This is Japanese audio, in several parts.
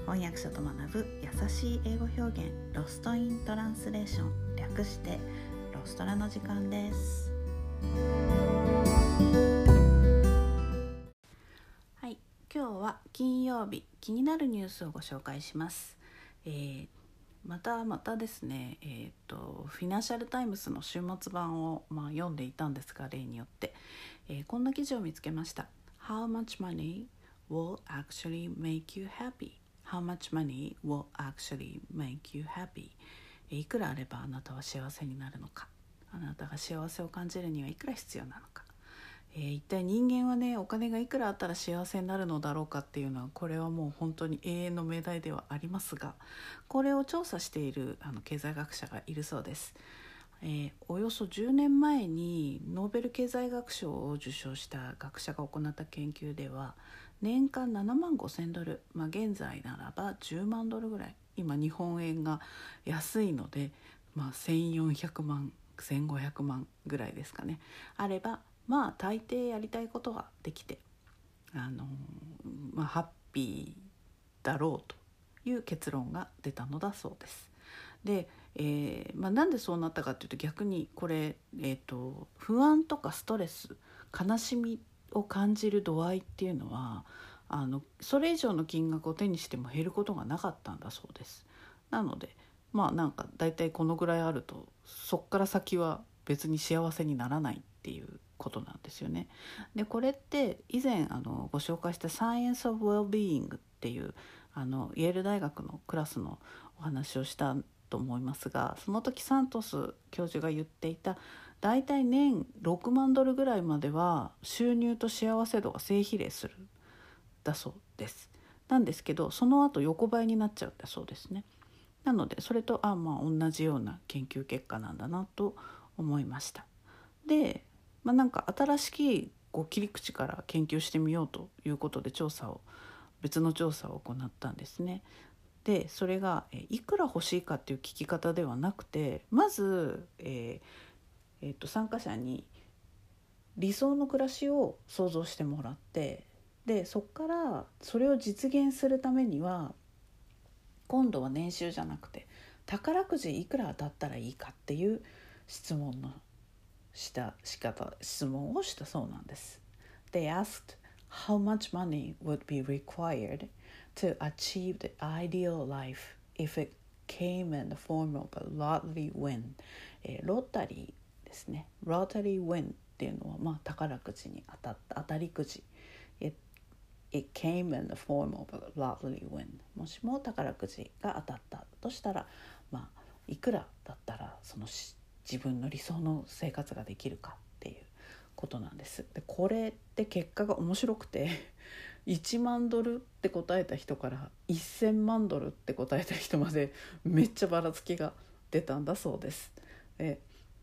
翻訳者と学ぶ優しい英語表現ロストイントランスレーション、略してロストラの時間です。はい、今日は金曜日、気になるニュースをご紹介します。またですね、フィナンシャルタイムズの週末版を、読んでいたんですが、例によって、こんな記事を見つけました。 How much money will actually make you happy?How much money will actually make you happy? いくらあればあなたは幸せになるのか、あなたが幸せを感じるにはいくら必要なのか、一体人間はね、お金がいくらあったら幸せになるのだろうかっていうのは、これはもう本当に永遠の命題ではありますが、これを調査している経済学者がいるそうです。およそ10年前にノーベル経済学賞を受賞した学者が行った研究では、年間7万5千ドル、現在ならば10万ドルぐらい、今日本円が安いので、1400万1500万ぐらいですかね、あれば大抵やりたいことができて、ハッピーだろうという結論が出たのだそうです。で、なんでそうなったかというと、逆にこれ、不安とかストレス、悲しみを感じる度合いっていうのは、それ以上の金額を手にしても減ることがなかったんだそうです。なのでだいたいこのぐらいあると、そっから先は別に幸せにならないっていうことなんですよね。でこれって以前ご紹介した Science of Well-being っていうイェール大学のクラスのお話をしたと思いますが、その時サントス教授が言っていた、だいたい年6万ドルぐらいまでは収入と幸せ度が正比例するだそうです。なんですけど、その後横ばいになっちゃうんだそうですね。なのでそれと同じような研究結果なんだなと思いました。で、新しい切り口から研究してみようということで別の調査を行ったんですね。でそれがいくら欲しいかっていう聞き方ではなくて、まず、参加者に理想の暮らしを想像してもらって、でそこからそれを実現するためには、今度は年収じゃなくて宝くじいくら当たったらいいかっていう質問をしたそうなんです。They asked how much money would be required to achieve the ideal life if it came in the form of a lottery win、ロータリーですね。ロータリー win っていうのは、宝くじに当たりくじ。It came in the form of a lottery win。 もしも宝くじが当たったとしたら、いくらだったら自分の理想の生活ができるかっていうことなんです。でこれって結果が面白くて1万ドルって答えた人から1000万ドルって答えた人までめっちゃばらつきが出たんだそうです。で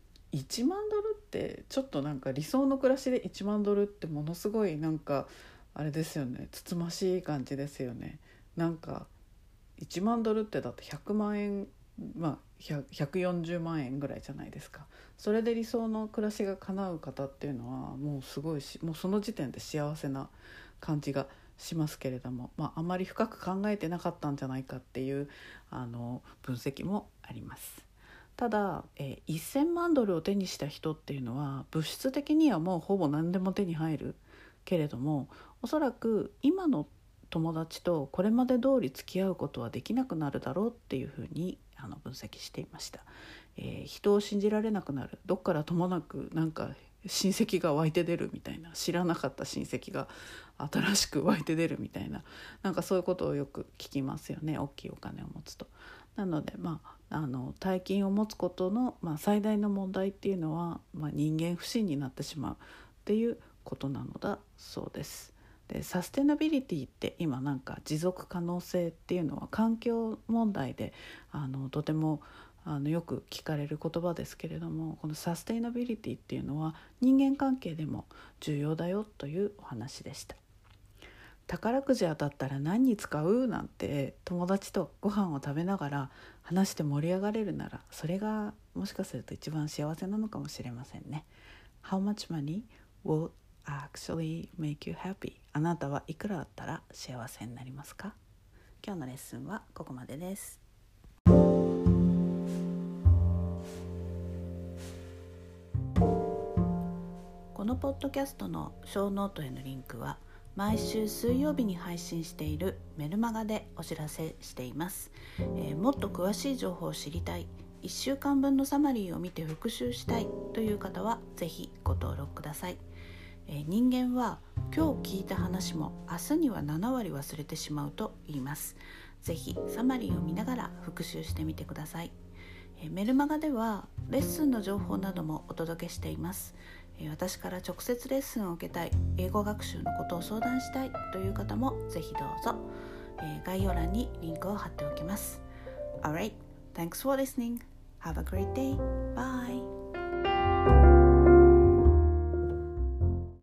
1万ドルってちょっと理想の暮らしで1万ドルってものすごいあれですよね、つつましい感じですよね。1万ドルってだって100万円、140万円ぐらいじゃないですか。それで理想の暮らしが叶う方っていうのはもうすごいもうその時点で幸せな感じがしますけれども、あまり深く考えてなかったんじゃないかっていう分析もあります。ただ、1000万ドルを手にした人っていうのは物質的にはもうほぼ何でも手に入るけれども、おそらく今の友達とこれまで通り付き合うことはできなくなるだろうっていうふうに分析していました。人を信じられなくなる、どっからともなく親戚が湧いて出るみたいな、知らなかった親戚が新しく湧いて出るみたいな、そういうことをよく聞きますよね、大きいお金を持つと。なので大金を持つことの、最大の問題っていうのは、人間不信になってしまうっていうことなのだそうです。でサステナビリティって今持続可能性っていうのは環境問題でとてもよく聞かれる言葉ですけれども、このサステナビリティっていうのは人間関係でも重要だよというお話でした。宝くじ当たったら何に使うなんて友達とご飯を食べながら話して盛り上がれるなら、それがもしかすると一番幸せなのかもしれませんね。 How much money will actually make you happy? あなたはいくらだったら幸せになりますか？ 今日のレッスンはここまでです。このポッドキャストのショーノートへのリンクは毎週水曜日に配信しているメルマガでお知らせしています。もっと詳しい情報を知りたい、1週間分のサマリーを見て復習したいという方はぜひご登録ください。人間は今日聞いた話も明日には7割忘れてしまうと言います。ぜひサマリーを見ながら復習してみてください。メルマガではレッスンの情報などもお届けしています。私から直接レッスンを受けたい、英語学習のことを相談したいという方もぜひどうぞ。概要欄にリンクを貼っておきます。Alright, thanks for listening. Have a great day. Bye.